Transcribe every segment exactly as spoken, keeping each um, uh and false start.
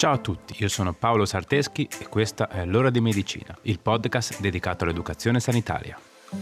Ciao a tutti, io sono Paolo Sarteschi e questa è L'Ora di Medicina, il podcast dedicato all'educazione sanitaria.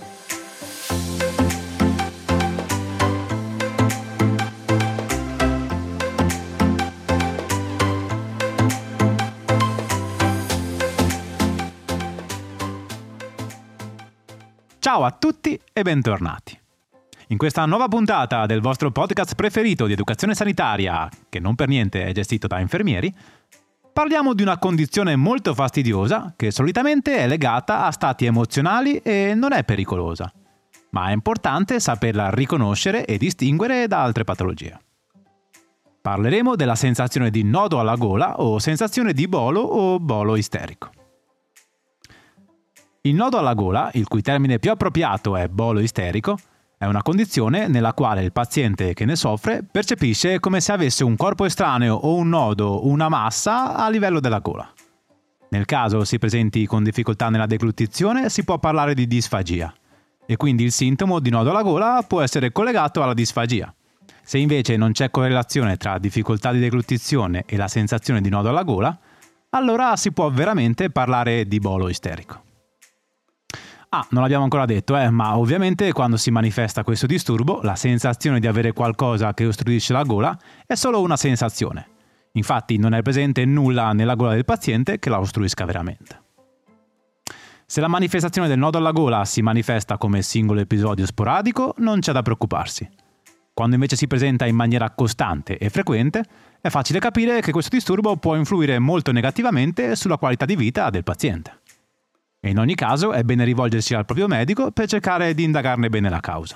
Ciao a tutti e bentornati. In questa nuova puntata del vostro podcast preferito di educazione sanitaria, che non per niente è gestito da infermieri, parliamo di una condizione molto fastidiosa che solitamente è legata a stati emozionali e non è pericolosa, ma è importante saperla riconoscere e distinguere da altre patologie. Parleremo della sensazione di nodo alla gola o sensazione di bolo o bolo isterico. Il nodo alla gola, il cui termine più appropriato è bolo isterico, è una condizione nella quale il paziente che ne soffre percepisce come se avesse un corpo estraneo o un nodo, una massa a livello della gola. Nel caso si presenti con difficoltà nella deglutizione, si può parlare di disfagia, e quindi il sintomo di nodo alla gola può essere collegato alla disfagia. Se invece non c'è correlazione tra difficoltà di deglutizione e la sensazione di nodo alla gola, allora si può veramente parlare di bolo isterico. Ah, non l'abbiamo ancora detto, eh, ma ovviamente quando si manifesta questo disturbo, la sensazione di avere qualcosa che ostruisce la gola è solo una sensazione. Infatti non è presente nulla nella gola del paziente che la ostruisca veramente. Se la manifestazione del nodo alla gola si manifesta come singolo episodio sporadico, non c'è da preoccuparsi. Quando invece si presenta in maniera costante e frequente, è facile capire che questo disturbo può influire molto negativamente sulla qualità di vita del paziente. E in ogni caso è bene rivolgersi al proprio medico per cercare di indagarne bene la causa.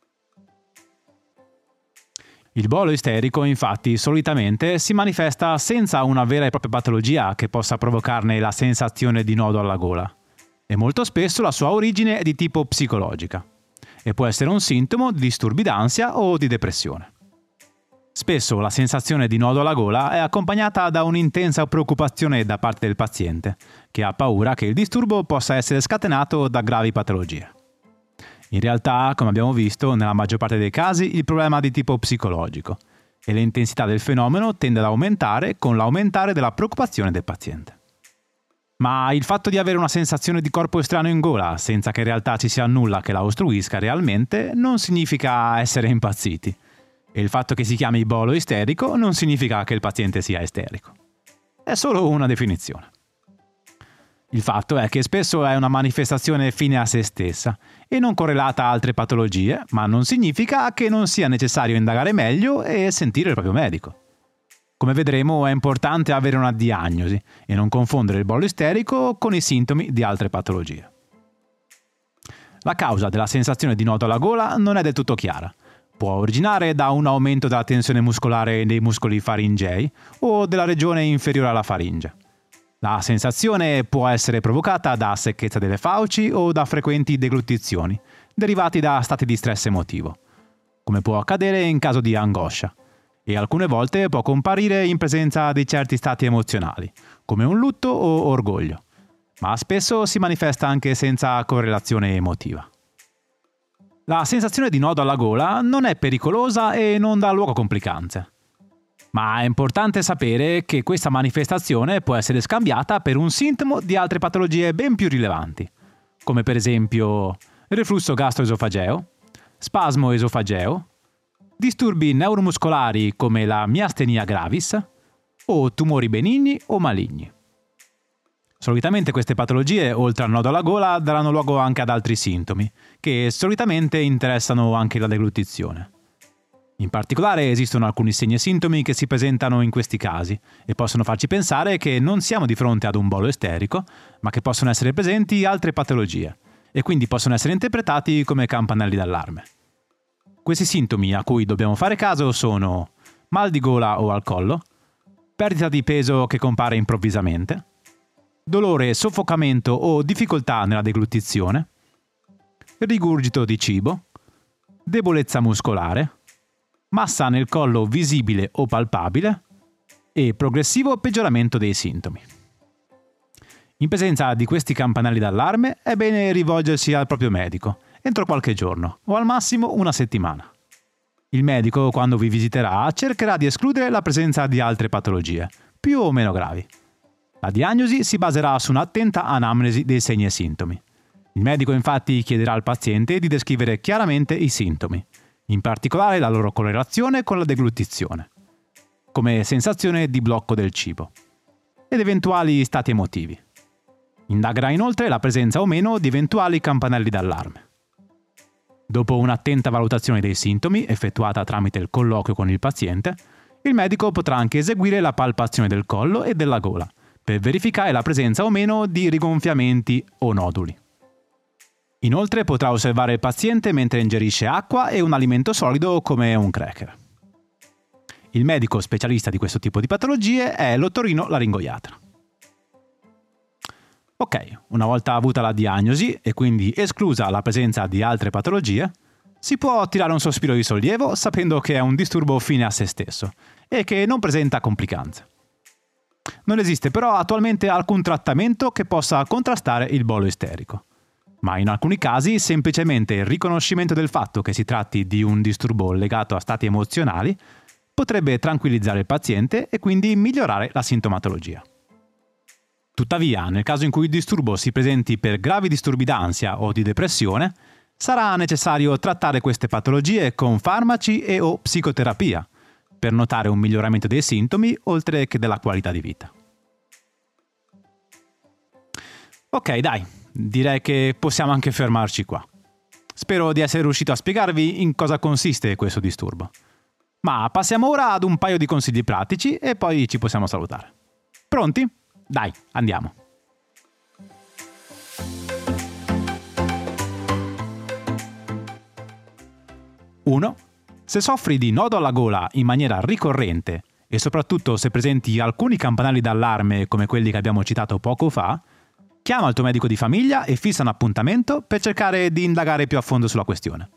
Il bolo isterico, infatti, solitamente si manifesta senza una vera e propria patologia che possa provocarne la sensazione di nodo alla gola. E molto spesso la sua origine è di tipo psicologica e può essere un sintomo di disturbi d'ansia o di depressione. Spesso la sensazione di nodo alla gola è accompagnata da un'intensa preoccupazione da parte del paziente, che ha paura che il disturbo possa essere scatenato da gravi patologie. In realtà, come abbiamo visto, nella maggior parte dei casi il problema è di tipo psicologico e l'intensità del fenomeno tende ad aumentare con l'aumentare della preoccupazione del paziente. Ma il fatto di avere una sensazione di corpo estraneo in gola, senza che in realtà ci sia nulla che la ostruisca realmente, non significa essere impazziti. E il fatto che si chiami bolo isterico non significa che il paziente sia isterico. È solo una definizione. Il fatto è che spesso è una manifestazione fine a se stessa e non correlata a altre patologie, ma non significa che non sia necessario indagare meglio e sentire il proprio medico. Come vedremo è importante avere una diagnosi e non confondere il bolo isterico con i sintomi di altre patologie. La causa della sensazione di nodo alla gola non è del tutto chiara. Può originare da un aumento della tensione muscolare dei muscoli faringei o della regione inferiore alla faringe. La sensazione può essere provocata da secchezza delle fauci o da frequenti deglutizioni, derivati da stati di stress emotivo, come può accadere in caso di angoscia, e alcune volte può comparire in presenza di certi stati emozionali, come un lutto o orgoglio, ma spesso si manifesta anche senza correlazione emotiva. La sensazione di nodo alla gola non è pericolosa e non dà luogo a complicanze. Ma è importante sapere che questa manifestazione può essere scambiata per un sintomo di altre patologie ben più rilevanti, come per esempio reflusso gastroesofageo, spasmo esofageo, disturbi neuromuscolari come la miastenia gravis o tumori benigni o maligni. Solitamente queste patologie, oltre al nodo alla gola, daranno luogo anche ad altri sintomi, che solitamente interessano anche la deglutizione. In particolare esistono alcuni segni e sintomi che si presentano in questi casi e possono farci pensare che non siamo di fronte ad un bolo isterico, ma che possono essere presenti altre patologie e quindi possono essere interpretati come campanelli d'allarme. Questi sintomi a cui dobbiamo fare caso sono mal di gola o al collo, perdita di peso che compare improvvisamente, dolore, soffocamento o difficoltà nella deglutizione, rigurgito di cibo, debolezza muscolare, massa nel collo visibile o palpabile e progressivo peggioramento dei sintomi. In presenza di questi campanelli d'allarme è bene rivolgersi al proprio medico entro qualche giorno o al massimo una settimana. Il medico, quando vi visiterà, cercherà di escludere la presenza di altre patologie più o meno gravi. La diagnosi si baserà su un'attenta anamnesi dei segni e sintomi. Il medico infatti chiederà al paziente di descrivere chiaramente i sintomi, in particolare la loro correlazione con la deglutizione, come sensazione di blocco del cibo, ed eventuali stati emotivi. Indagherà inoltre la presenza o meno di eventuali campanelli d'allarme. Dopo un'attenta valutazione dei sintomi, effettuata tramite il colloquio con il paziente, il medico potrà anche eseguire la palpazione del collo e della gola, per verificare la presenza o meno di rigonfiamenti o noduli. Inoltre potrà osservare il paziente mentre ingerisce acqua e un alimento solido come un cracker. Il medico specialista di questo tipo di patologie è l'otorino-laringoiatra. Ok, una volta avuta la diagnosi e quindi esclusa la presenza di altre patologie, si può tirare un sospiro di sollievo sapendo che è un disturbo fine a se stesso e che non presenta complicanze. Non esiste però attualmente alcun trattamento che possa contrastare il bollo isterico, ma in alcuni casi semplicemente il riconoscimento del fatto che si tratti di un disturbo legato a stati emozionali potrebbe tranquillizzare il paziente e quindi migliorare la sintomatologia. Tuttavia, nel caso in cui il disturbo si presenti per gravi disturbi d'ansia o di depressione, sarà necessario trattare queste patologie con farmaci e o psicoterapia, per notare un miglioramento dei sintomi oltre che della qualità di vita. Ok, dai, direi che possiamo anche fermarci qua. Spero di essere riuscito a spiegarvi in cosa consiste questo disturbo. Ma passiamo ora ad un paio di consigli pratici e poi ci possiamo salutare. Pronti? Dai, andiamo. uno. Se soffri di nodo alla gola in maniera ricorrente e soprattutto se presenti alcuni campanelli d'allarme come quelli che abbiamo citato poco fa, chiama il tuo medico di famiglia e fissa un appuntamento per cercare di indagare più a fondo sulla questione.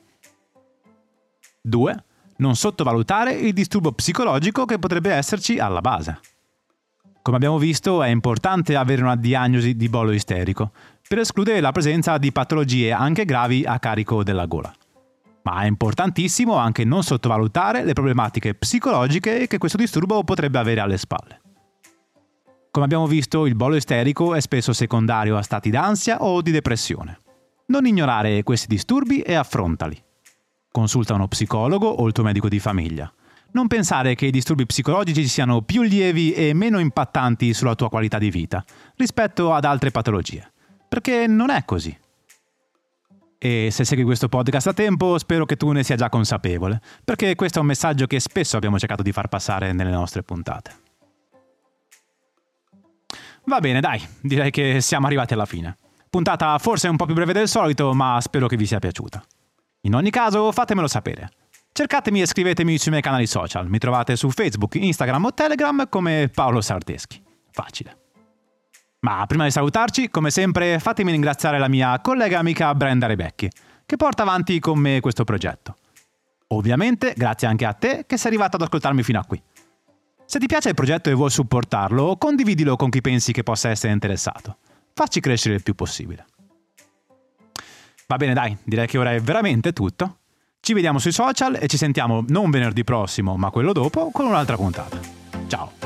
due. Non sottovalutare il disturbo psicologico che potrebbe esserci alla base. Come abbiamo visto, è importante avere una diagnosi di bollo isterico per escludere la presenza di patologie anche gravi a carico della gola. Ma è importantissimo anche non sottovalutare le problematiche psicologiche che questo disturbo potrebbe avere alle spalle. Come abbiamo visto, il bollo isterico è spesso secondario a stati d'ansia o di depressione. Non ignorare questi disturbi e affrontali. Consulta uno psicologo o il tuo medico di famiglia. Non pensare che i disturbi psicologici siano più lievi e meno impattanti sulla tua qualità di vita rispetto ad altre patologie, perché non è così. E se segui questo podcast a tempo, spero che tu ne sia già consapevole, perché questo è un messaggio che spesso abbiamo cercato di far passare nelle nostre puntate. Va bene, dai, direi che siamo arrivati alla fine. Puntata forse un po' più breve del solito, ma spero che vi sia piaciuta. In ogni caso, fatemelo sapere. Cercatemi e scrivetemi sui miei canali social. Mi trovate su Facebook, Instagram o Telegram come Paolo Sarteschi. Facile. Ma prima di salutarci, come sempre, fatemi ringraziare la mia collega amica Brenda Rebecchi, che porta avanti con me questo progetto. Ovviamente, grazie anche a te che sei arrivato ad ascoltarmi fino a qui. Se ti piace il progetto e vuoi supportarlo, condividilo con chi pensi che possa essere interessato. Facci crescere il più possibile. Va bene, dai, direi che ora è veramente tutto. Ci vediamo sui social e ci sentiamo non venerdì prossimo, ma quello dopo, con un'altra puntata. Ciao!